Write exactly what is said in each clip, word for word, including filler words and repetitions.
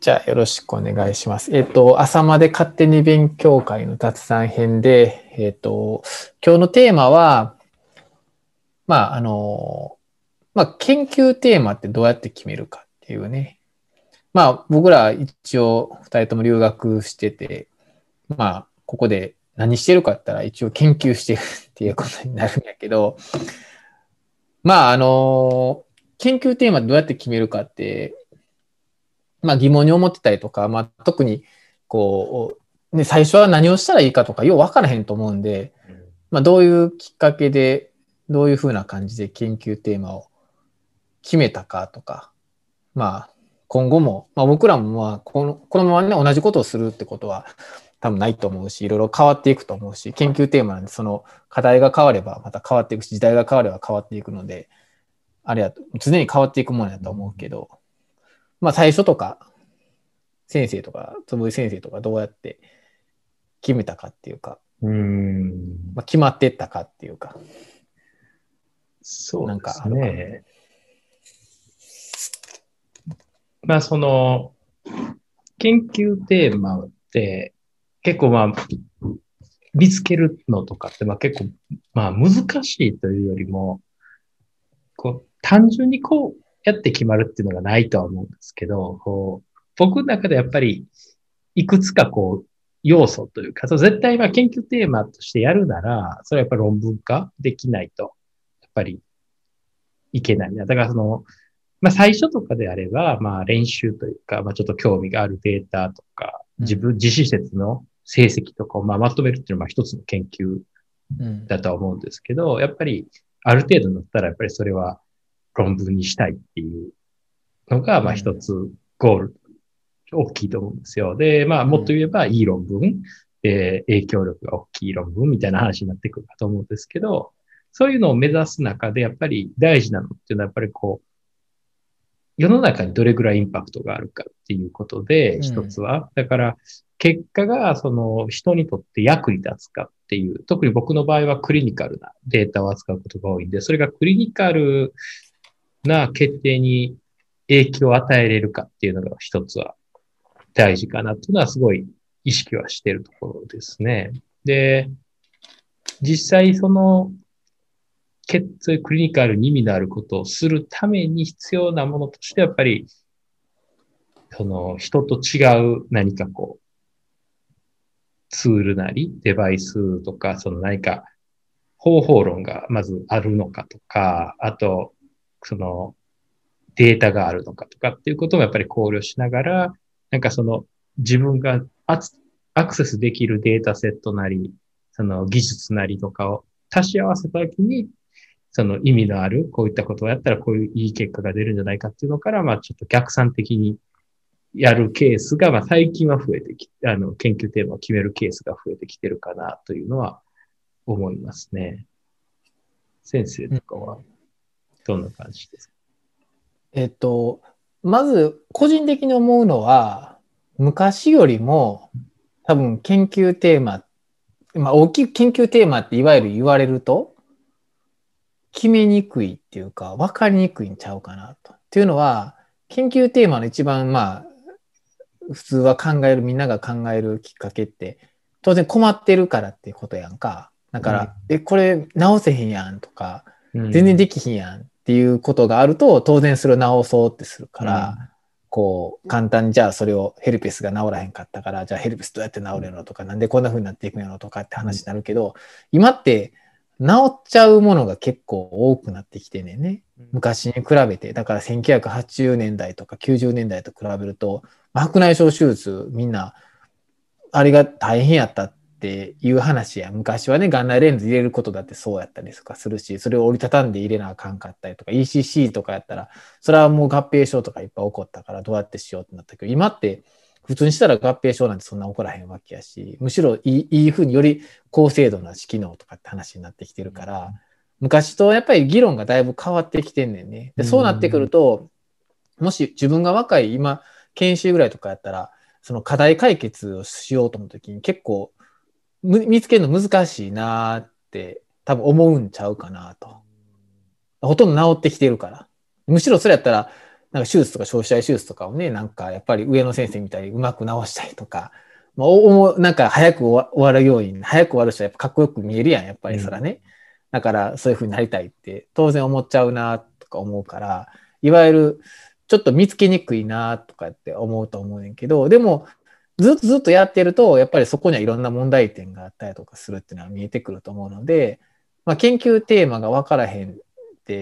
じゃあよろしくお願いします。えっと、朝まで勝手に勉強会の雑談編で、えっと、今日のテーマは、まあ、あの、まあ、研究テーマってどうやって決めるかっていうね。まあ、僕ら一応二人とも留学してて、まあ、ここで何してるかって言ったら一応研究してるっていうことになるんやけど、まあ、あの、研究テーマどうやって決めるかって、まあ疑問に思ってたりとか、まあ特にこう、ね、最初は何をしたらいいかとかよう分からへんと思うんで、まあどういうきっかけで、どういうふうな感じで研究テーマを決めたかとか、まあ今後も、まあ僕らもまあこの、このままね、同じことをするってことは多分ないと思うし、いろいろ変わっていくと思うし、研究テーマなんでその課題が変わればまた変わっていくし、時代が変われば変わっていくので、あれやと、常に変わっていくものやと思うけど、まあ最初とか、先生とか、つぶい先生とかどうやって決めたかっていうか、 うーん、 まあ、決まってったかっていうか、なんそうですかあるかな。 ね。まあ、その、研究テーマって結構まあ、見つけるのとかってまあ結構、まあ難しいというよりも、こう、単純にこうやって決まるっていうのがないとは思うんですけど、こう、僕の中でやっぱり、いくつかこう、要素というか、そう絶対まあ研究テーマとしてやるなら、それはやっぱり論文化できないと、やっぱりいけないな。だからその、まあ最初とかであれば、まあ練習というか、まあちょっと興味があるデータとか、 うん。 自分、自施設の成績とかをまあまとめるっていうのはまあ一つの研究うん。 だとは思うんですけど、やっぱりある程度になったらやっぱりそれは論文にしたいっていうのがまあ一うん。 つゴール、大きいと思うんですよ。で、まあもっとうん。 言えばいい論文、えー影響力が大きい論文みたいな話になってくるかと思うんですけど、そういうのを目指す中でやっぱり大事なのっていうのはやっぱりこう、世の中にどれぐらいインパクトがあるかっていうことで、 うん。 一つは。だから、結果がその人にとって役に立つかっていう、特に僕の場合はクリニカルなデータを扱うことが多いんで、それがクリニカルな決定に影響を与えれるかっていうのが一つは大事かなっていうのはすごい意識はしているところですね。で、実際その決そういうクリニカルに意味のあることをするために必要なものとして、やっぱりその人と違う何かこう、ツールなり、デバイスとか、その何か方法論がまずあるのかとか、あと、そのデータがあるのかとかっていうこともやっぱり考慮しながら、なんかその自分がアアクセスできるデータセットなり、その技術なりとかを足し合わせたときに、その意味のある、こういったことをやったらこういういい結果が出るんじゃないかっていうのから、まあちょっと逆算的にやるケースが、まあ、最近は増えてきて、あの、研究テーマを決めるケースが増えてきてるかなというのは思いますね。先生うん。 とかはどんな感じですか？ えっと、まず個人的に思うのは、昔よりも多分研究テーマ、まあ大きい研究テーマっていわゆる言われると、決めにくいっていうか、分かりにくいんちゃうかなと。っていうのは、研究テーマの一番まあ普通は考える、みんなが考えるきっかけって、当然困ってるからっていうことやんか。だかうん、 ら、え、これ直せへんやんとか、 うん、 全然できひんやんっていうことがあると、当然それを直そうってするから、 うん、 こう、簡単にじゃあそれをヘルペスが治らへんかったから、じゃあヘルペスどうやって治るのとか、なんでこんな風になっていくのとかってうん、 話になるけど、今って治っちゃうものが結構多くなってきてんねんね。昔に比べて。だからせんきゅうひゃくはちじゅうねんだいとかきゅうじゅうねんだいと比べると、白内障手術、みんな、あれが大変やったっていう話や。昔はね、眼内レンズ入れることだってそうやったりとかするし、それを折りたたんで入れなあかんかったりとか、イーシーシー とかやったら、それはもう合併症とかいっぱい起こったからどうやってしようってなったけど、今って普通にしたら合併症なんてそんな起こらへんわけやし、むしろいい、いいふうにより高精度な機能とかって話になってきてるから、昔とやっぱり議論がだいぶ変わってきてんねんね。で、 うそうなってくん、 ると、もし自分が若い今、研修ぐらいとかやったら、その課題解決をしようと思うときに結構見つけるの難しいなって多分思うんちゃうかなと。ほとんど治ってきてるから。むしろそれやったらなんか手術とか消臭手術とかをね、なんかやっぱり上野先生みたいにうまく治したりとか、まあ、おなんか早く終わるように、早く終わる人はやっぱかっこよく見えるやん、やっぱりそらね。うん、だからそういう風になりたいって当然思っちゃうなとか思うから、いわゆるちょっと見つけにくいなとかって思うと思うねんけど、でもずっとずっとやってると、やっぱりそこにはいろんな問題点があったりとかするっていうのは見えてくると思うので、まあ、研究テーマが分からへんって、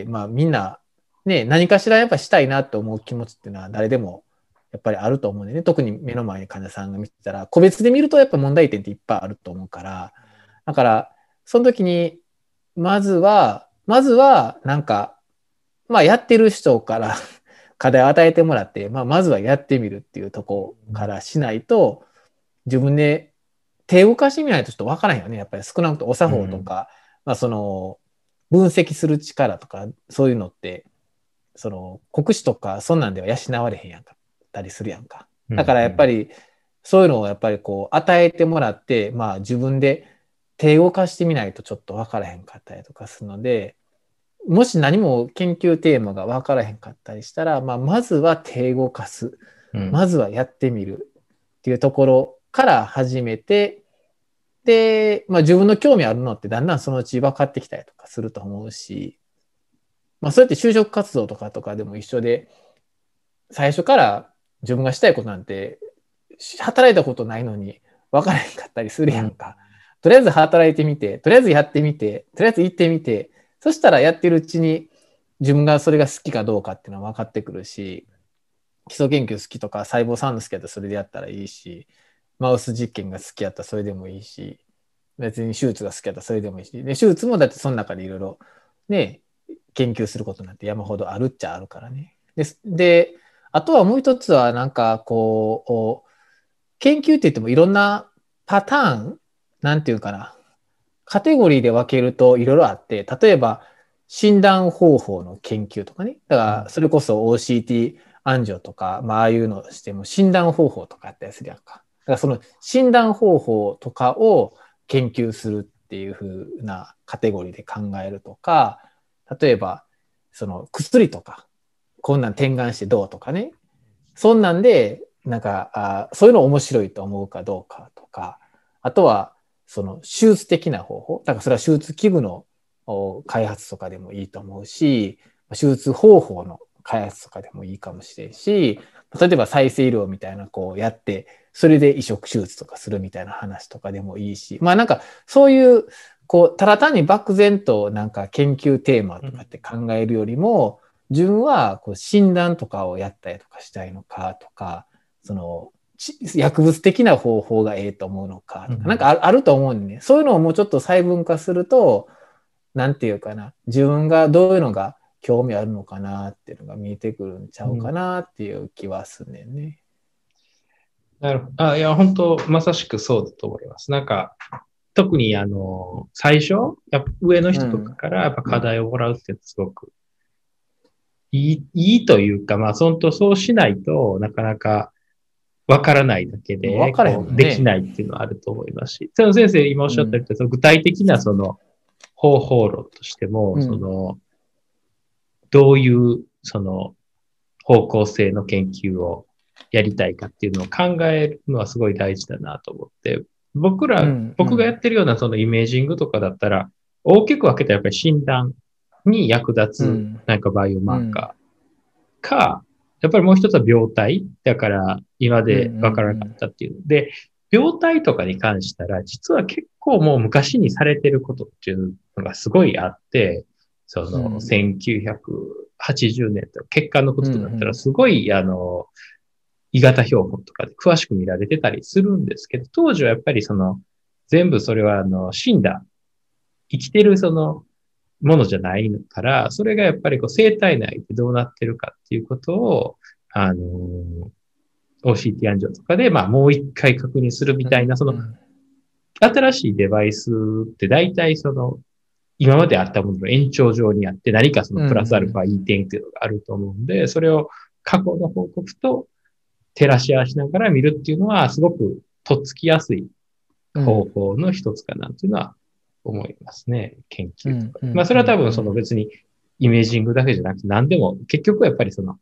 まあみんなね、何かしらやっぱしたいなと思う気持ちっていうのは誰でもやっぱりあると思うんでね、特に目の前に患者さんが見てたら、個別で見るとやっぱ問題点っていっぱいあると思うから、だから、その時に、まずは、まずは、なんか、まあやってる人から課題を与えてもらって、まあまずはやってみるっていうところからしないと、自分で手を動かしてみないとちょっとわからへんよね。やっぱり少なくともお作法とか、まあその、分析する力とか、そういうのって、その国試とかそんなんでは養われへんやんかったりするやんか。だからやっぱりそういうのをやっぱりこう与えてもらって、まあ自分で手を動かしてみないとちょっと分からへんかったりとかするので、もし何も研究テーマが分からへんかったりしたら、まあまずは手を動かす、まずはやってみるっていうところから始めて、で、まあ自分の興味あるのってだんだんそのうち分かってきたりとかすると思うし、まあそうやって就職活動とかとかでも一緒で、最初から自分がしたいことなんて、働いたことないのに分からへんかったりするやんか。うん、とりあえず働いてみて、とりあえずやってみて、とりあえず行ってみて、そしたらやってるうちに自分がそれが好きかどうかっていうのは分かってくるし、基礎研究好きとか細胞産の好きやったらそれでやったらいいし、マウス実験が好きやったらそれでもいいし、別に手術が好きやったらそれでもいいし、で手術もだってその中でいろいろね、研究することなんて山ほどあるっちゃあるからね。で、であとはもう一つはなんかこう、研究って言ってもいろんなパターン、なんていうかな、カテゴリーで分けるといろいろあって、例えば診断方法の研究とかね、だからそれこそ オーシーティー アンジオとか、まあああいうのしても診断方法とかやったりするやんか。だからその診断方法とかを研究するっていう風なカテゴリーで考えるとか、例えばその薬とか、こんなん点眼してどうとかね、そんなんでなんかあそういうの面白いと思うかどうかとか、あとはその手術的な方法、だからそれは手術器具の開発とかでもいいと思うし、手術方法の開発とかでもいいかもしれんし、例えば再生医療みたいなこうやって、それで移植手術とかするみたいな話とかでもいいし、まあなんかそういう、こう、ただ単に漠然となんか研究テーマとかって考えるよりも、自分はこう診断とかをやったりとかしたいのかとか、その、薬物的な方法がええと思うのかとか、なんかあると思うんでね。そういうのをもうちょっと細分化すると、なんていうかな、自分がどういうのが興味あるのかなっていうのが見えてくるんちゃうかなっていう気はすんねんね。 うん、なるほど。あ、いや、本当まさしくそうだと思います。なんか、特にあの、最初、やっぱ上の人とかからやっぱ課題をもらうってすごくいい、いいというか、まあ、本当そうしないとなかなかわからないだけで、 分からへんもんね、 できないっていうのはあると思いますし、その先生今おっしゃったように、うん、その具体的なその方法論としても、うん、その、どういう、その、方向性の研究をやりたいかっていうのを考えるのはすごい大事だなと思って、僕ら、うん、僕がやってるようなそのイメージングとかだったら、大きく分けたらやっぱり診断に役立つ、なんかバイオマーカーか、やっぱりもう一つは病態だから今で分からなかったっていう。で、病態とかに関したら、実は結構もう昔にされてることっていうのがすごいあって、その、せんきゅうひゃくはちじゅうねんとか血管のことだったらすごい、あの、鋳型標本とかで詳しく見られてたりするんですけど、当時はやっぱりその、全部それはあの、死んだ、生きてるその、ものじゃないから、それがやっぱりこう生体内でどうなってるかっていうことを、あの、オーシーティー アンジオとかで、まあもう一回確認するみたいな、その、新しいデバイスって大体その、今まであったものの延長上にあって何かそのプラスアルファいい点っていうのがあると思うんで、それを過去の報告と照らし合わしながら見るっていうのはすごくとっつきやすい方法の一つかなというのは思いますね。研究とか。まあそれは多分その別にイメージングだけじゃなくて何でも結局はやっぱりその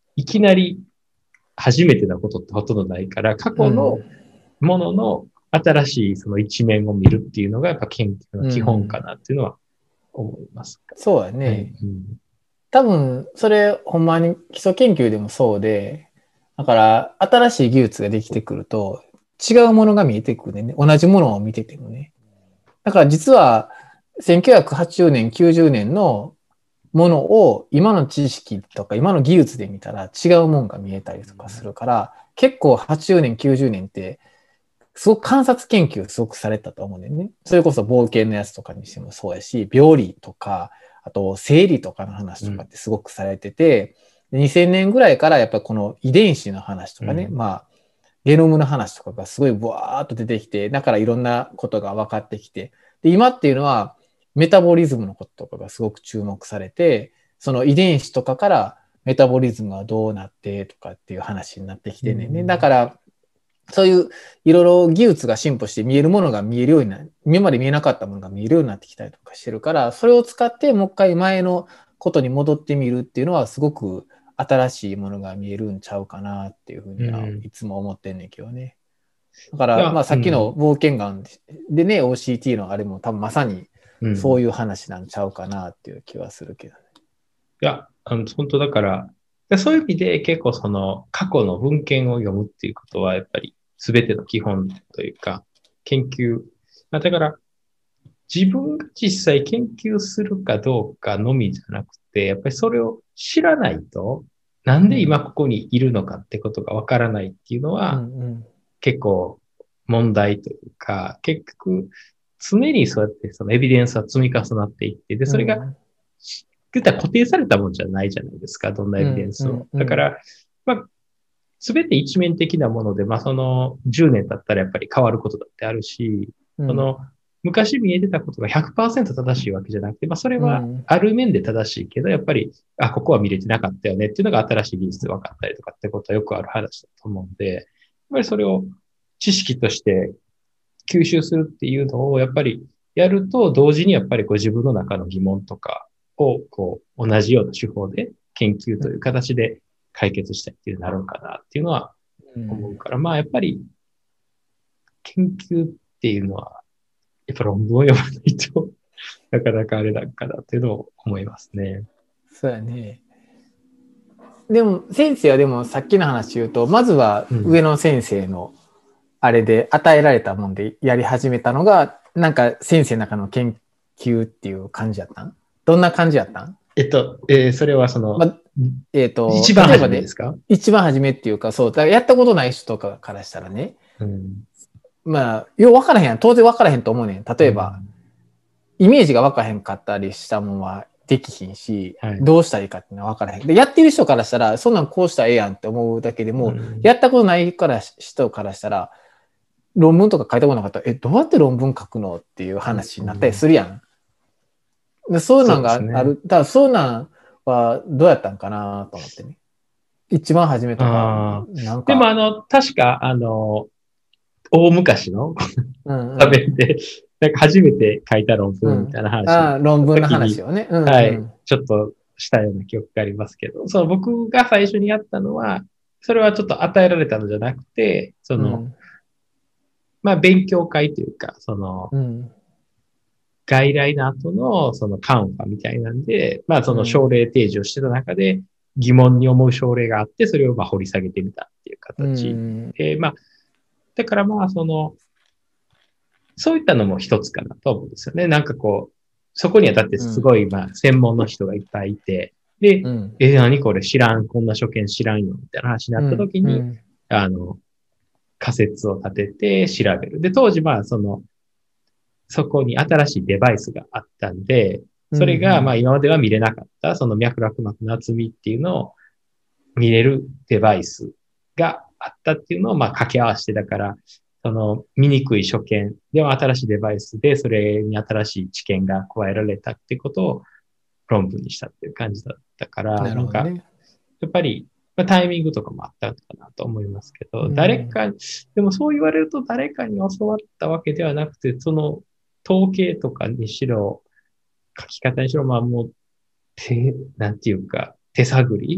いきなり初めてなことってほとんどないから、過去のものの新しいその一面を見るっていうのがやっぱ研究の基本かなっていうのは思います。 そうやね。 はいうん、 多分、それ、ほんまに基礎研究でもそうで、だから、新しい技術ができてくると、違うものが見えてくるね。同じものを見ててもね。だから実は、せんきゅうひゃくはちじゅうねん、きゅうじゅうねんのものを今の知識とか今の技術で見たら違うもんが見えたりとかするから、結構はちじゅうねん、きゅうじゅうねんって、すごく観察研究すごくされたと思うんだよね。それこそ冒険のやつとかにしてもそうやし、病理とか、あと生理とかの話とかってすごくされてて、うん、にせんねんぐらいからやっぱりこの遺伝子の話とかね、うん、まあ、ゲノムの話とかがすごいブワーっと出てきて、だからいろんなことが分かってきて、で、今っていうのはメタボリズムのこととかがすごく注目されて、その遺伝子とかからメタボリズムがどうなってとかっていう話になってきてね。うん、だから、そういういろいろ技術が進歩して見えるものが見えるようになる。今まで見えなかったものが見えるようになってきたりとかしてるから、それを使ってもう一回前のことに戻ってみるっていうのはすごく新しいものが見えるんちゃうかなっていうふうにはいつも思ってんねんけどね。だから、まあさっきの冒険眼でね、オーシーティー のあれも多分まさにそういう話なんちゃうかなっていう気はするけどね。 いや、あの、本当だから、そういう意味で結構その過去の文献を読むっていうことはやっぱり全ての基本というか、研究。だから、自分が実際研究するかどうかのみじゃなくて、やっぱりそれを知らないと、なんで今ここにいるのかってことがわからないっていうのは、結構問題というか、結局、常にそうやってそのエビデンスは積み重なっていって、で、それが、言ったら固定されたもんじゃないじゃないですか、どんなエビデンスを。だから、まあ、すべて一面的なもので、まあ、そのじゅうねん経ったらやっぱり変わることだってあるし、うん、その昔見えてたことが ひゃくパーセント 正しいわけじゃなくて、まあ、それはある面で正しいけど、やっぱり、あ、ここは見れてなかったよねっていうのが新しい技術で分かったりとかってことはよくある話だと思うんで、やっぱりそれを知識として吸収するっていうのをやっぱりやると、同時にやっぱりご自分の中の疑問とかをこう同じような手法で研究という形で解決したいっていうなるかなっていうのは思うから、うん、まあやっぱり研究っていうのはやっぱ論文を読まないとなかなかあれなんかなっていうのを思いますね。 そうやね。でも先生はでもさっきの話言うと、まずは上野先生のあれで与えられたもんでやり始めたのが、うん、なんか先生の中の研究っていう感じやったん？どんな感じやったん？ えっと、えー、それはその、ま、 えっと、 一番初めですか？ 一番初めっていうか、そう、だからやったことない人とかからしたらね、 うん、 まあ、よう分からへんやん。当然分からへんと思うねん。例えば、うん、イメージが分からへんかったりしたもんはできひんし、はい、どうしたらいいかっていうのは分からへん。で、やってる人からしたら、そんなんこうしたらええやんって思うだけでも、うん、やったことないから人からしたら、論文とか書いたことなかったら、え、どうやって論文書くのっていう話になったりするやん。うん、でそういうのがある。ね、だからそういうのはどうやったんかなと思ってね。一番初めとか。 なんかでもあの、確かあの、大昔の画面で、なんか初めて書いた論文みたいな話、うん、 あ論文の話をね、 うんうん。はい。ちょっとしたような記憶がありますけど、その僕が最初にやったのは、それはちょっと与えられたのじゃなくて、その、うん、まあ勉強会というか、その、うん、外来の後のそのカンファみたいなんで、まあその症例提示をしてた中で疑問に思う症例があって、それをまあ掘り下げてみたっていう形。うん、で、まあ、だからまあその、そういったのも一つかなと思うんですよね。なんかこう、そこにはだってすごいまあ専門の人がいっぱいいて、で、うん、え、何これ知らん、こんな所見知らんよ、みたいな話になった時に、うんうん、あの、仮説を立てて調べる。で、当時まあその、そこに新しいデバイスがあったんで、それがまあ今までは見れなかった、その脈絡膜の厚みっていうのを見れるデバイスがあったっていうのをまあ掛け合わせて、だから、その見にくい所見では新しいデバイスでそれに新しい知見が加えられたっていうことを論文にしたっていう感じだったから、な, なんか、やっぱりまあ、タイミングとかもあったのかなと思いますけど、誰か、でもそう言われると誰かに教わったわけではなくて、その統計とかにしろ、書き方にしろ、まあもう、手、なんていうか、手探り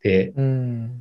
で、 うん。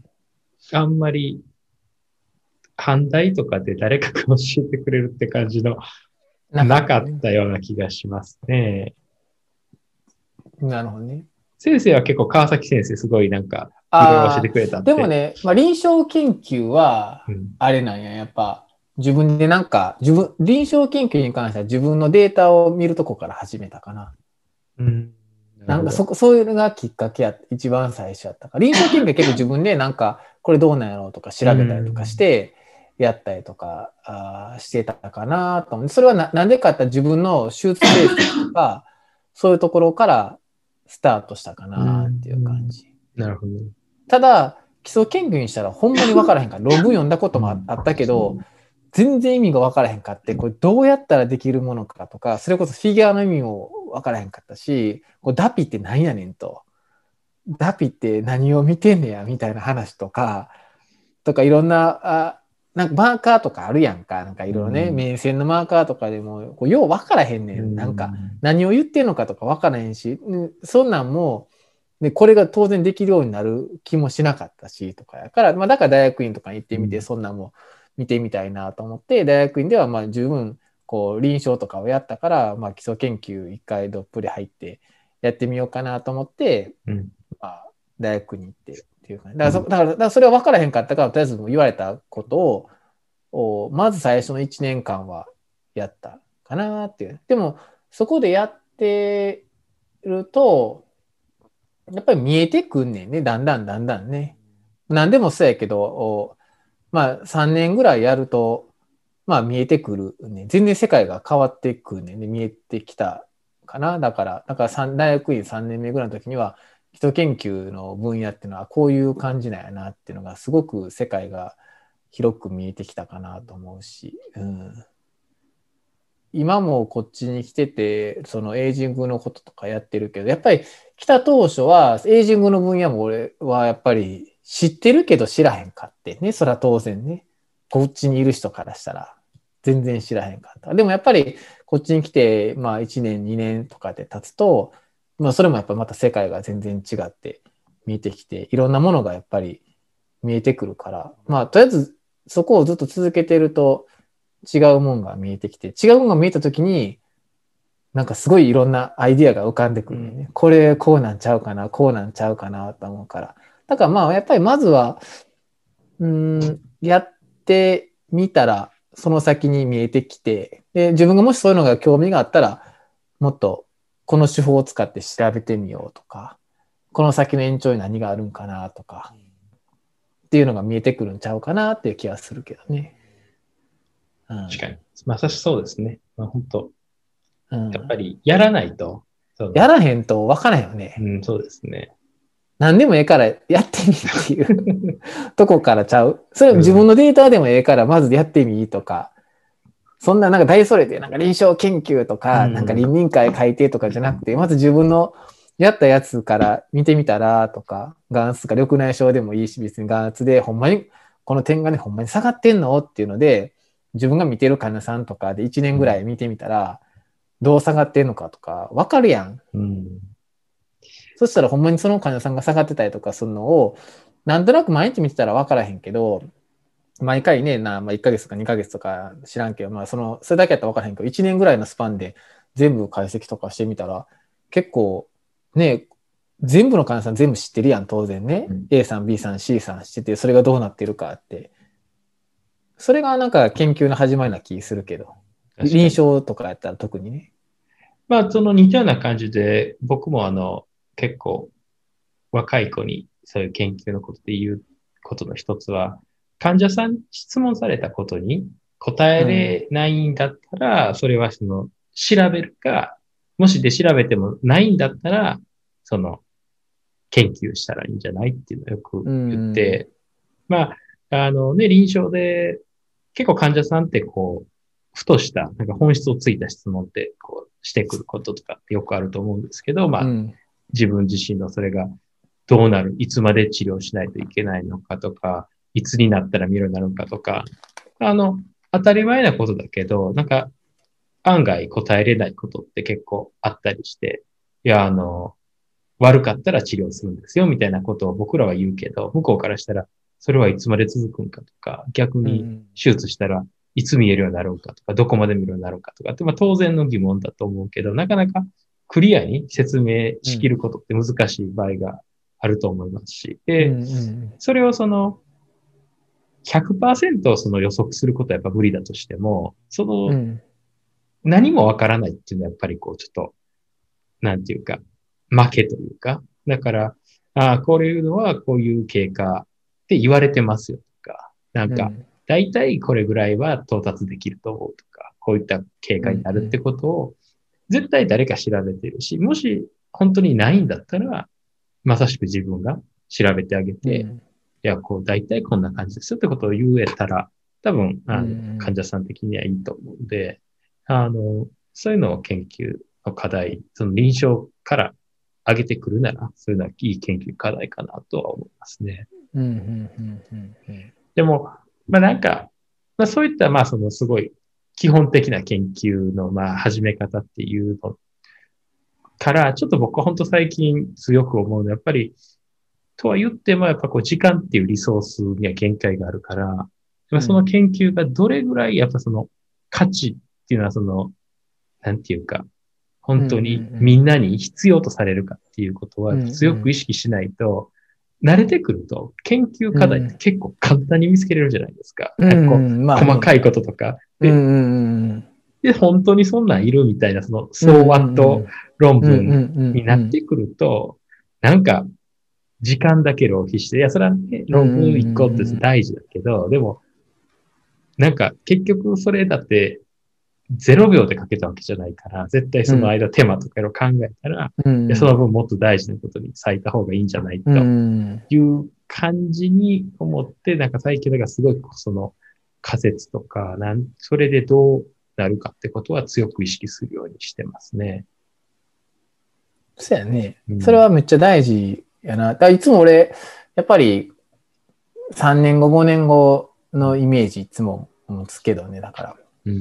あんまり反対とかで誰かが教えてくれるって感じのなかなかっったね。 たような気がしますね。 なるほどね。 先生は結構川崎先生すごいなんかいろいろ教えてああ、 くれたって。 でもね、まあ、臨床研究は、 うん。 あれなんや、やっぱ、自分でなんか、自分、臨床研究に関しては自分のデータを見るとこから始めたかな。 うん。なるほど。 なんかそこ、そういうのがきっかけや、一番最初やったから。臨床研究は結構自分でなんか、これどうなんやろうとかう調べたりとかしん。 て、やったりとか、あーしてたかなと思う。それはな、なんでかって自分の手術成績とか、そういうところからスタートしたかうなっていう感ん。 じ。 なるほど。 ただ、基礎研究にしたらほんまに分からへんから、論文読んだこともあうん。 あったけど、全然意味が分からへんかって、これどうやったらできるものかとか、それこそフィギュアの意味も分からへんかったし、これダピって何やねんと。ダピって何を見てんねやみたいな話とか、とかいろんな、あ、なんかマーカーとかあるやんか。なんかいろいろね、 うん。 面線のマーカーとかでも、こうよう分からへんねうん。なんかん。 何を言ってんのかとか分からへんし、うんそんなんも、で、これが当然できるようになる気もしなかったし、とかやから、まあだから大学院とかに行ってみて、 うん。 そんなんも見てみたいなと思って、大学院ではまあ十分、こう、臨床とかをやったから、まあ基礎研究一回どっぷり入ってやってみようかなと思って、 うん。 まあ、大学に行ってっていう感じ。だからそ、だから、だからそれは分からへんかったから、とりあえず言われたことを、をまず最初のいちねんかんはやったかなっていう。でも、そこでやってると、やっぱり見えてくんねんね。だんだんだんだんね。何でもそうやけど、まあさんねんぐらいやると、まあ見えてくるね。全然世界が変わってくるね。見えてきたかな。だから、だから大学院さんねんめぐらいの時には、基礎研究の分野っていうのはこういう感じなんやなっていうのがすごく世界が広く見えてきたかなと思うし、うん、今もこっちに来てて、そのエイジングのこととかやってるけど、やっぱり来た当初は、エイジングの分野も俺はやっぱり知ってるけど知らへんかってね。それは当然ね。こっちにいる人からしたら全然知らへんかった。でもやっぱりこっちに来て、まあいちねん、にねんとかで経つと、まあそれもやっぱまた世界が全然違って見えてきて、いろんなものがやっぱり見えてくるから、まあとりあえずそこをずっと続けてると、違うもんが見えてきて、違うもんが見えたときに、なんかすごいいろんなアイディアが浮かんでくるよね。 うん。 これこうなんちゃうかな、こうなんちゃうかなと思うから。だからまあやっぱりまずは、うん、やってみたら、その先に見えてきて、で、自分がもしそういうのが興味があったら、もっとこの手法を使って調べてみようとか、この先の延長に何があるんかなとか、っていうのが見えてくるんちゃうかなっていう気はするけどね。うん。 確かに。まさしそうですね。まあ、本当うん。 やっぱりやらないと、その、 やらへんと分からへんよね。 うん、そうですね。 何でもええからやってみっていうとこからちゃう。それ自分うん。 のデータでもええからまずやってみとか、そんななんか大それてなんか臨床研究とうか、なんか倫ん。 理会改定とかじゃなくて、まず自分のやったやつから見てみたらとか、眼圧とか緑内障でもいいし、別に眼圧でほんまにこの点がね、ほんまに下がってんのっていうので、自分が見てる患者さんとかでいちねんぐらい見てみたら、どう下がってんのかとか、わかるやん。 うん。 そしたらほんまにその患者さんが下がってたりとかするのを、なんとなく毎日見てたら分からへんけど、毎回ね、な、まあ、いっかげつとかにかげつとか知らんけど、まあ、その、それだけやったら分からへんけど、いちねんぐらいのスパンで全部解析とかしてみたら、結構、ね、全部の患者さん全部知ってるやん、当然ね。 うん。 A さん、B さん、C さん知ってて、それがどうなってるかって。それがなんか研究の始まりな気するけど、臨確かに。 床とかやったら特にね。 まあ、その似たような感じで、僕もあの、結構若い子にそういう研究のことで言うことの一つは、患者さんに質問されたことに答えうん。 れないんだったら、それはその、調べるか、もしで調べてもないんだったら、その、研究したらいいんじゃないっていうのをよくう言っん。 て、まあ、あのね、臨床で結構患者さんってこう、ふとした、なんか本質をついた質問ってこうしてくることとかってよくあると思うんですけど、まあ、 うん。 自分自身のそれがどうなる、いつまで治療しないといけないのかとか、いつになったら見るようになるのかとか、あの、当たり前なことだけど、なんか案外答えれないことって結構あったりして、いや、あの、 悪かったら治療するんですよ、みたいなことを僕らは言うけど、向こうからしたら、それはいつまで続くんかとか、逆にうん手術したらいつ見えるようになるんかとか、どこまで見るようになるんかとかって、まあ当然の疑問だと思うけど、なかなかクリアに説明しきることって難しい場合があると思いますし、 うで、 んそれをそのひゃくパーセントその予測することはやっぱ無理だとしても、そのうん何もわからないっていうのはやっぱりこうちょっと、なんていうか、負けというか、だから、ああ、こういうのはこういう経過って言われてますよとか、なんか、 うんだいたいこれぐらいは到達できると思うとか、こういった経過になるってことを、絶対誰か調べてるし、もし本当にないんだったら、まさしく自分が調べてあげて、 うんいや、こう、だいたいこんな感じですよってことを言えたら、多分、あの、 うん患者さん的にはいいと思うんで、あの、そういうのを研究の課題、その臨床から上げてくるなら、そういうのはいい研究課題かなとは思いますね。 うんうんうんうんうんでも、まあなんか、まあそういった、まあそのすごい基本的な研究の、まあ始め方っていうのから、ちょっと僕は本当最近強く思うのは、やっぱり、とは言っても、やっぱこう時間っていうリソースには限界があるから、まあその研究がどれぐらい、やっぱその価値っていうのはその、なんていうか、本当にみんなに必要とされるかっていうことは強く意識しないと、慣れてくると研究課題って結構簡単に見つけれるじゃないですか。なんかこう、細かいこととか。で、で、本当にそんなんいるみたいな、その、総ワット論文になってくると、なんか、時間だけ浪費して、いや、それはね、論文一個って大事だけど、でも、なんか、結局それだって、ゼロびょうでかけたわけじゃないから、絶対その間手間とかを考えたら、いやその分もっと大事なことに割いた方がいいんじゃないという感じに思って、なんか最近だからすごいその仮説とか、なんそれでどうなるかってことは強く意識するようにしてますね。 そうやね。うん、それはめっちゃ大事やな。だいつも俺、やっぱりさんねんご、ごねんごのイメージいつも持つけどね、だから。うん、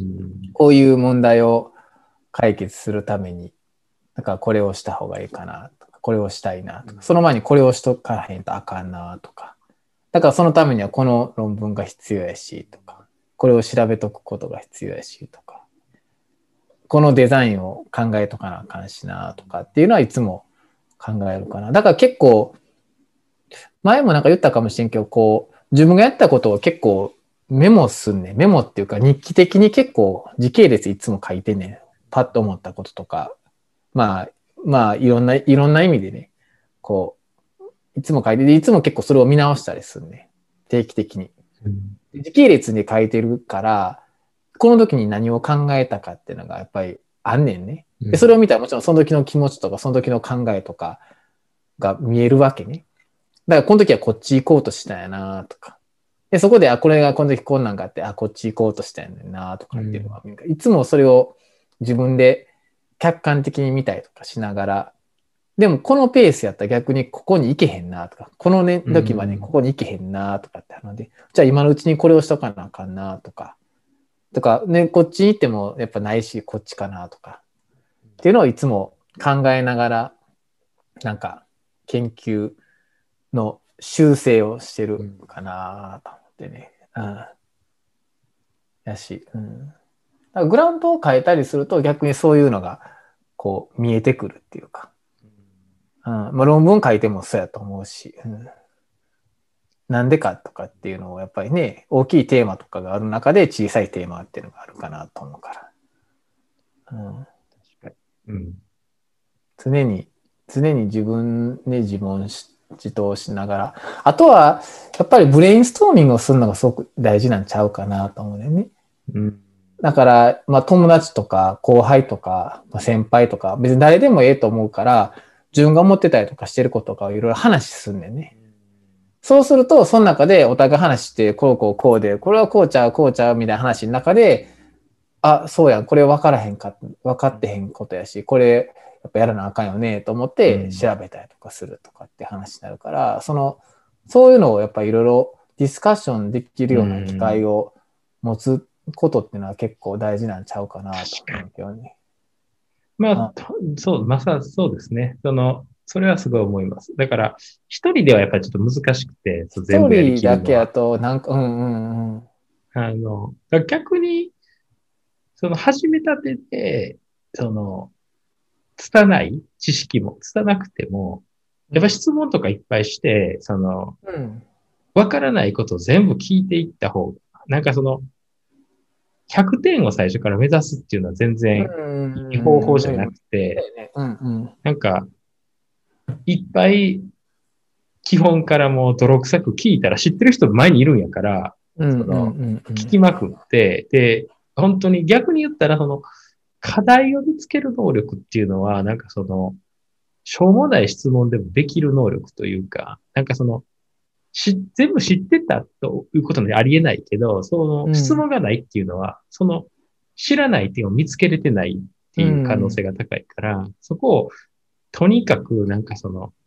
こういう問題を解決するために、だからこれをした方がいいかなとか、これをしたいなとか、その前にこれをしとかへんとあかんなとか、だからそのためにはこの論文が必要やしとか、これを調べとくことが必要やしとか、このデザインを考えとかなあかんしなとかっていうのはいつも考えるかな。だから結構、前もなんか言ったかもしれんけど、こう、自分がやったことを結構メモすんねん。メモっていうか日記的に結構時系列いつも書いてんねん。パッと思ったこととか。まあ、まあ、いろんな、いろんな意味でね、こう、いつも書いてて、いつも結構それを見直したりするね。定期的に。うん、時系列に書いてるから、この時に何を考えたかっていうのがやっぱりあんねんね。で、それを見たらもちろんその時の気持ちとか、その時の考えとかが見えるわけね。だからこの時はこっち行こうとしたんやなとか。で、そこで、あ、これがこの時こんなんがあって、あ、こっち行こうとしたんやなとかっていうのは、うん、いつもそれを自分で客観的に見たりとかしながら、でもこのペースやったら逆にここに行けへんなとか、この、ね、時までここに行けへんなとかってあるので、じゃあ今のうちにこれをしとかなあかんなとか、とか、ね、こっちに行ってもやっぱないし、こっちかなとか、っていうのをいつも考えながら、なんか研究の修正をしてるかなと思ってね。うん。やし、うん。だからグラントを変えたりすると逆にそういうのがこう見えてくるっていうか。うん。まあ論文書いてもそうやと思うし。うん、なんでかとかっていうのをやっぱりね、大きいテーマとかがある中で小さいテーマっていうのがあるかなと思うから。うん。確かに。うん。常に、常に自分で自問し、自答しながら。あとは、やっぱりブレインストーミングをするのがすごく大事なんちゃうかなと思うんだよね。うん、だから、まあ友達とか後輩とか、まあ、先輩とか、別に誰でもええと思うから、自分が思ってたりとかしてることとかをいろいろ話すんだよね。そうすると、その中でお互い話して、こうこうこうで、これはこうちゃう、こうちゃうみたいな話の中で、あ、そうやん、これ分からへんか、分かってへんことやし、これやっぱやらなあかんよね、と思って調べたりとかするとかって話になるから、うん、その、そういうのをやっぱいろいろディスカッションできるような機会を持つことっていうのは結構大事なんちゃうかなと思うけどね。 まあ、そう、まさそうですね。その、 それはすごい思います。だから、一人ではやっぱりちょっと難しくて、そう全一部やり人だけやきるのは。 と、なんか、うんうんうん。 あの、だから逆に、その始めたてで、その、拙い知識も、拙くても、やっぱ質問とかいっぱいして、その、 うん。 わからないことを全部聞いていった方が、なんかその、ひゃくてんを最初から目指すっていうのは全う然いい方ん。 法じゃな無理無理くて、 だよね。うんうん。 なんか、いっぱい基本からもう泥臭く聞いたら知ってる人前にいるんやから、 うんうんうその、 んうん。 聞きまくって、で、本当に逆に言ったら、その、課題を見つける能力っていうのは、なんかその、しょうもない質問でもできる能力というか、なんかその、し、全部知ってたということにありえないけど、その質うん。 問がないっていうのは、その知らない点を見つけれてないってういう可能性ん。 が高いから、そこをとにかくなんかその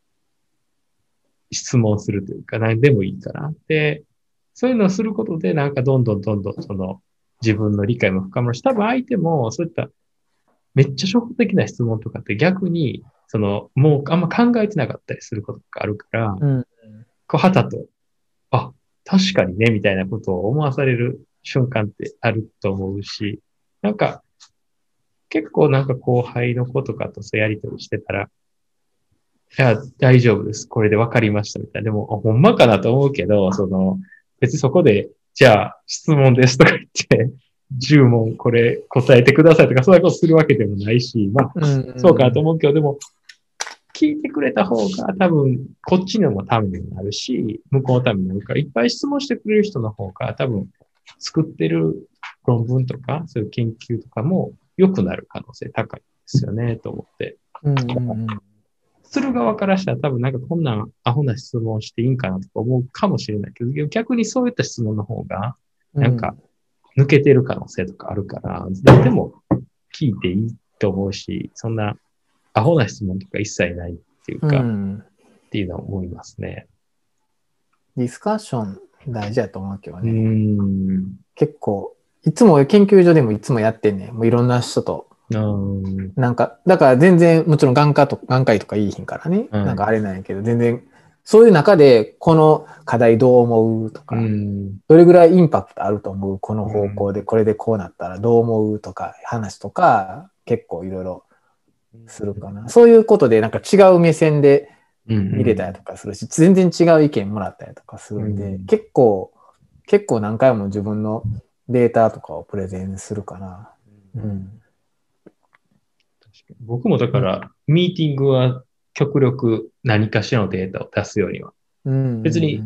質問するというか、何でもいいから。で、そういうのをすることで、なんかどんどんどんどんその自分の理解も深まるし、多分相手もそういっためっちゃ初歩的な質問とかって逆に、そのもうあんま考えてなかったりすることがあるから、 うん。 こう、はたとあ、確かにね、みたいなことを思わされる瞬間ってあると思うし、なんか、結構なんか後輩の子とかとそうやりとりしてたら、いや、大丈夫です。これで分かりましたみたいな。でも、あほんまかなと思うけど、その、別にそこで、じゃあ、質問ですとか言って、じゅう問これ答えてくださいとか、そういうことするわけでもないし、まあ、 うんそうかなとうん思うけど、でも、聞いてくれた方が多分、こっちのもためになるし、向こうのためになるから、いっぱい質問してくれる人の方が多分、作ってる論文とか、そういう研究とかも良くなる可能性高いですよね、と思って。 うんうんうん。 する側からしたら多分なんかこんなんアホな質問していいんかなとか思うかもしれないけど、逆にそういった質問の方が、なんか抜けてる可能性とかあるから、でも聞いていいと思うし、そんなアホな質問とか一切ないっていううか、 ん。 っていうのは思いますね。 ディスカッション大事やと思うけどうーね。 ん。 結構、いつも研究所でもいつもやってんねん。もういろんな人と。 あーなんか、だから全然、もちろん眼科と、眼科医とかいいひんからね。 はい。 なんかあれなんやけど、全然、そういう中で、この課題どう思うとうか、 ん。 どれぐらいインパクトあると思うこのうん。 方向で、これでこうなったらどう思うとか、話とか、結構いろいろするかな。そういうことで、なんか違う目線でうん。 見れたりとかするし、全然違う意見もらったりとかするんで、 うん。 結構、結構何回も自分のデータとかをプレゼンするかな。うん。 確かに僕もだうん。 から、ミーティングは極力何かしらのデータを出すようには。 うん。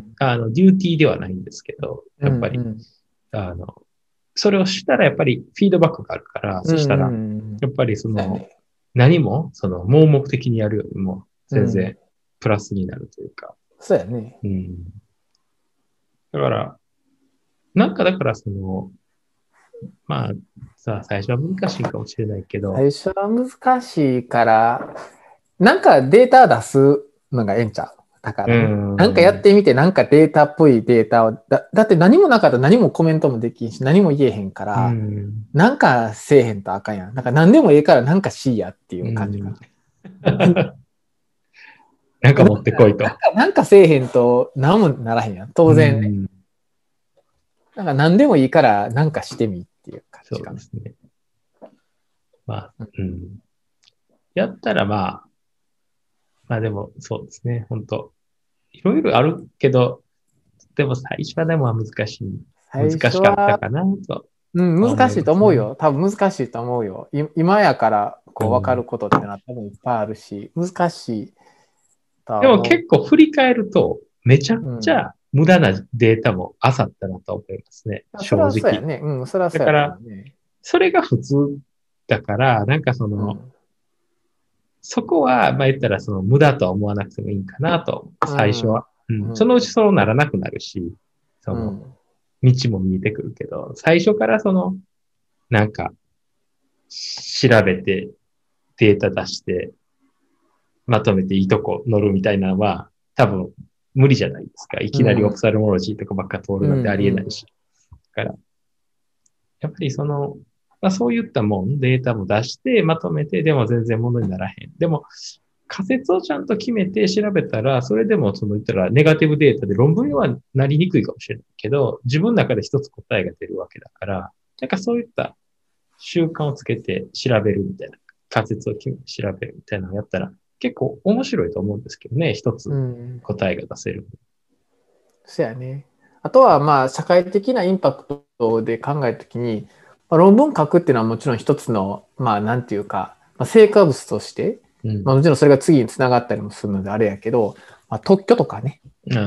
別に、あの、デューティーではないんですけど、 うん。 やっぱり、 うん。 あの、それをしたらやっぱりフィードバックがあるから、 うん。 そしたら、 うん。 やっぱりその、 そうやね。 何も、その、盲目的にやるよりも、 うん。 全然プラスになるというか、 そうやね。 うん。だから、なんかだからその、まあ、さあ、最初は難しいかもしれないけど、 最初は難しいから、なんかデータ出すのがええんちゃうだかうらね。なんかやっん、 てみて、なんかデータっぽいデータを、だ、だって何もなかったら何もコメントもできんし、何も言えへんかうら、 ん、 なんかせえへんとあかんやん。なんか何でもええからなんかしいやっていうう感じかん。 な。 なんか持ってこいなんと。 か、なんかせえへんと何もならへんやん。当う然ね。 ん、 なんか何でもいいからなんかしてみっていう感そじかな。 うですね。まあ、うん。やったらまあ、まあでも、そうですね。本当いろいろあるけど、でも最初はでも難しい、 最難しかった初は、 かなとうん、 は思い難しいますね。 と思うよ。多分難しいと思うよ。い今やからこう分かうん。 ることってのは多分いっぱいあるし、難しいとはでも思う。 結構振り返ると、めちゃくうん。 ちゃ無駄なデータも漁ったなと思いますね。 それ正直。 はそうやね。うん、それはそうやと思だから、 うね。 それが普通だから、なんかその、 うん。 そこは、まあ言ったらその無駄とは思わなくてもいいかなと、 うん。 最初は。うん。そのうちうん。 そうならなくなるし、その、 うん。 道も見えてくるけど、最初からその、なんか、調べて、データ出して、まとめていいとこ乗るみたいなのは、多分無理じゃないですか。いきなりオプうん。 サルモロジーとかばっか通るうん。 なんてありえうん。 ないし。だから、やっぱりその、まあそういったもん、データも出して、まとめて、でも全然物にならへん。でも、 仮説をちゃんと決めて調べたら、それでもその言ったらネガティブデータで論文にはなりにくいかもしれないけど、自分の中で一つ答えが出るわけだから、なんかそういった習慣をつけて調べるみたいな、仮説を決めて調べるみたいなのをやったら、結構面白いと思うんですけどね、一つうん。 答えが出せる。 そうやね。あとは、まあ、社会的なインパクトで考えたときに、まあ、論文書くっていうのはもちろん一つの、まあ、なんていうか、まあ、成果物として、 うん。 まあ、もちろんそれが次につながったりもするのであれやけど、まあ、特許とかね。 うん。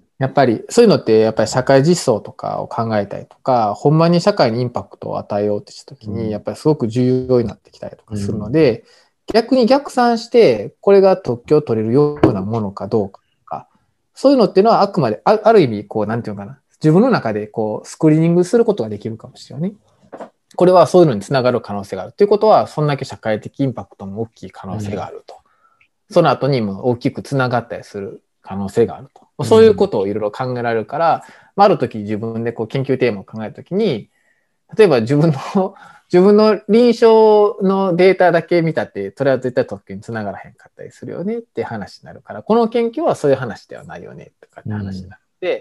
やっぱり、そういうのって、やっぱり社会実装とかを考えたりとか、ほんまに社会にインパクトを与えようってしたときに、やっぱりすごく重要になってきたりとかするので、逆に逆算して、これが特許を取れるようなものかどうかとか、そういうのっていうのはあくまで、あある意味、こう、なんていうのかな、自分の中でこう、スクリーニングすることができるかもしれないね。これはそういうのにつながる可能性がある。ということは、そんだけ社会的インパクトも大きい可能性があると。その後にも大きくつながったりする可能性があると。そういうことをいろいろ考えられるから、まあ、ある時自分でこう研究テーマを考えるときに、例えば自分の、自分の臨床のデータだけ見たって、それは絶対特許につながらへんかったりするよねって話になるから、この研究はそういう話ではないよねとかって話になって、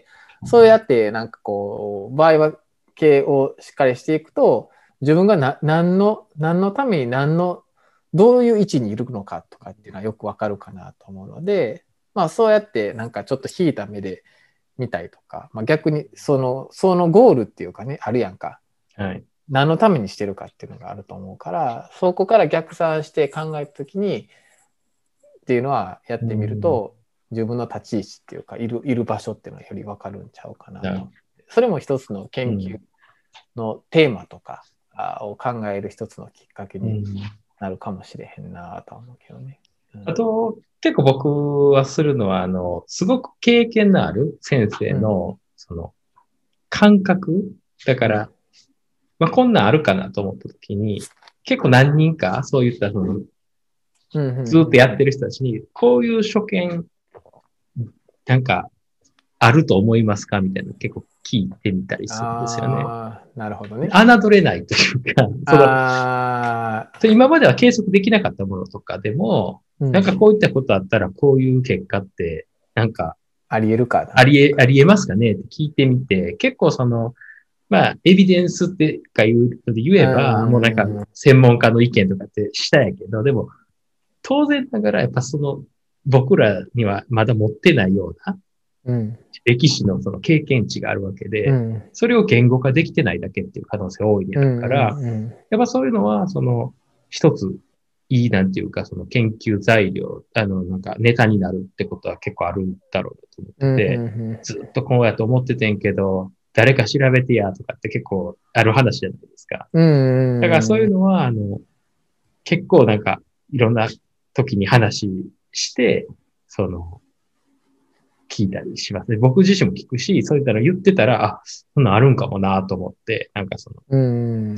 そうやってなんかこう、場合分けをしっかりしていくと、自分がな何の、何のために何の、どういう位置にいるのかとかっていうのはよくわかるかなと思うので、まあそうやってなんかちょっと引いた目で見たりとか、まあ逆にその、そのゴールっていうかね、あるやんか。 はい。 何のためにしてるかっていうのがあると思うから、そこから逆算して考えたときにっていうのはやってみると、自分の立ち位置っていうか、いる、いる場所っていうのはよりわかるんちゃうかなと。それも一つの研究のテーマとかを考える一つのきっかけになるかもしれへんなと思うけどね。 うん、あと、結構僕はするのは、あの、すごく経験のある先生の、その、感覚だから、まあ、こんなんあるかなと思ったときに、結構何人か、そういったその、ずっとやってる人たちに、こういう所見、なんか、あると思いますかみたいな結構聞いてみたりするんですよね。 ああ、なるほどね。 侮れないというか、その、 ああ、 今までは計測できなかったものとかでも、 うん、 なんかこういったことあったらこういう結果って、なんか、 あり得るかな。 ありえ、ありえますかねって聞いてみて、結構その、まあ、エビデンスってかいうので言えば、もうなんか、 うん、 専門家の意見とかってしたやけど、でも、当然ながらやっぱその、僕らにはまだ持ってないような、 うん、 歴史のその経験値があるわけで、 うん、 それを言語化できてないだけっていう可能性多いんやうん、 から、 うん、 やっぱそういうのは、その、一つ、いいなんていうか、その研究材料、あの、なんかネタになるってことは結構あるだろうと思っうん、うてて、 ん、 ずっとこうやと思っててんけど、誰か調べてやとかって結構ある話じゃないですか。 うだからそういうん、 のは、あの、結構なんか、いろんな時に話して、その、聞いたりしますね。僕自身も聞くし、そういったら言ってたら、あ、そんなんあるんかもなと思って、なんかその、 うん、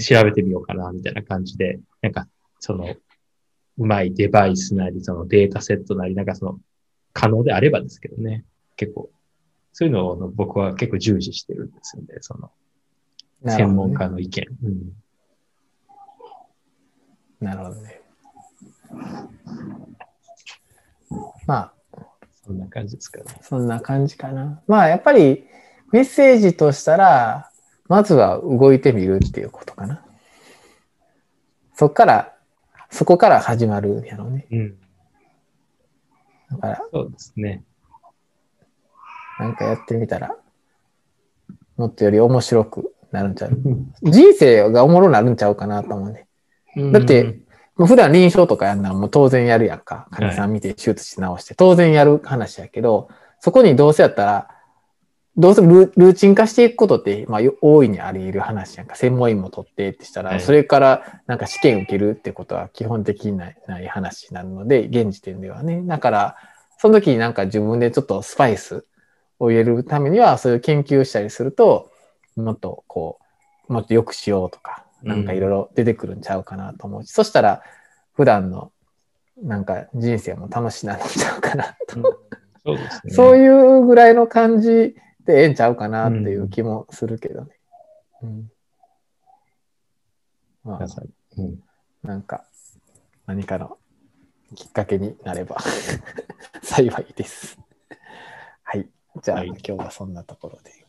調べてみようかな、みたいな感じで、なんか、その、うまいデバイスなり、そのデータセットなり、なんかその、可能であればですけどね。結構、そういうのを僕は結構重視してるんですよね。その、専門なるほどね。 家の意見。うん、 なるほどね。まあ、 そんな感じですかね。 そんな感じかな。まあ、やっぱりメッセージとしたら、まずは動いてみるっていうことかな。そっから、そこから始まるんやろうね。 うん。 だから、 そうですね。 なんかやってみたら、もっとより面白くなるんちゃう。人生がおもろなるんちゃうかなと思うね。 うん。 だって、もう普段臨床とかやんならもう当然やるやんか。患者さん見て手術し直して、当然やる話やけど、そこにどうせやったら、どうせルルーチン化していくことって、まあ、大いにあり得る話やんか。専門医も取ってってしたら、 はい。 それからなんか試験受けるってことは基本的にないない話になるので、現時点ではね。だから、その時になんか自分でちょっとスパイスを入れるためには、そういう研究したりすると、もっとこう、もっと良くしようとか、なんかいろいろ出てくるんちゃうかなと思うし、そしたら、普段のなんか人生も楽しなっちゃうかなと。 うん、そうですそうね。 いうぐらいの感じでええんちゃうかなっていううん。 気もするけどね。うん、ま皆さん。うん。 あ、なんか何かのきっかけになれば幸いです。はい。じゃあ、 はい今日はそんなところで。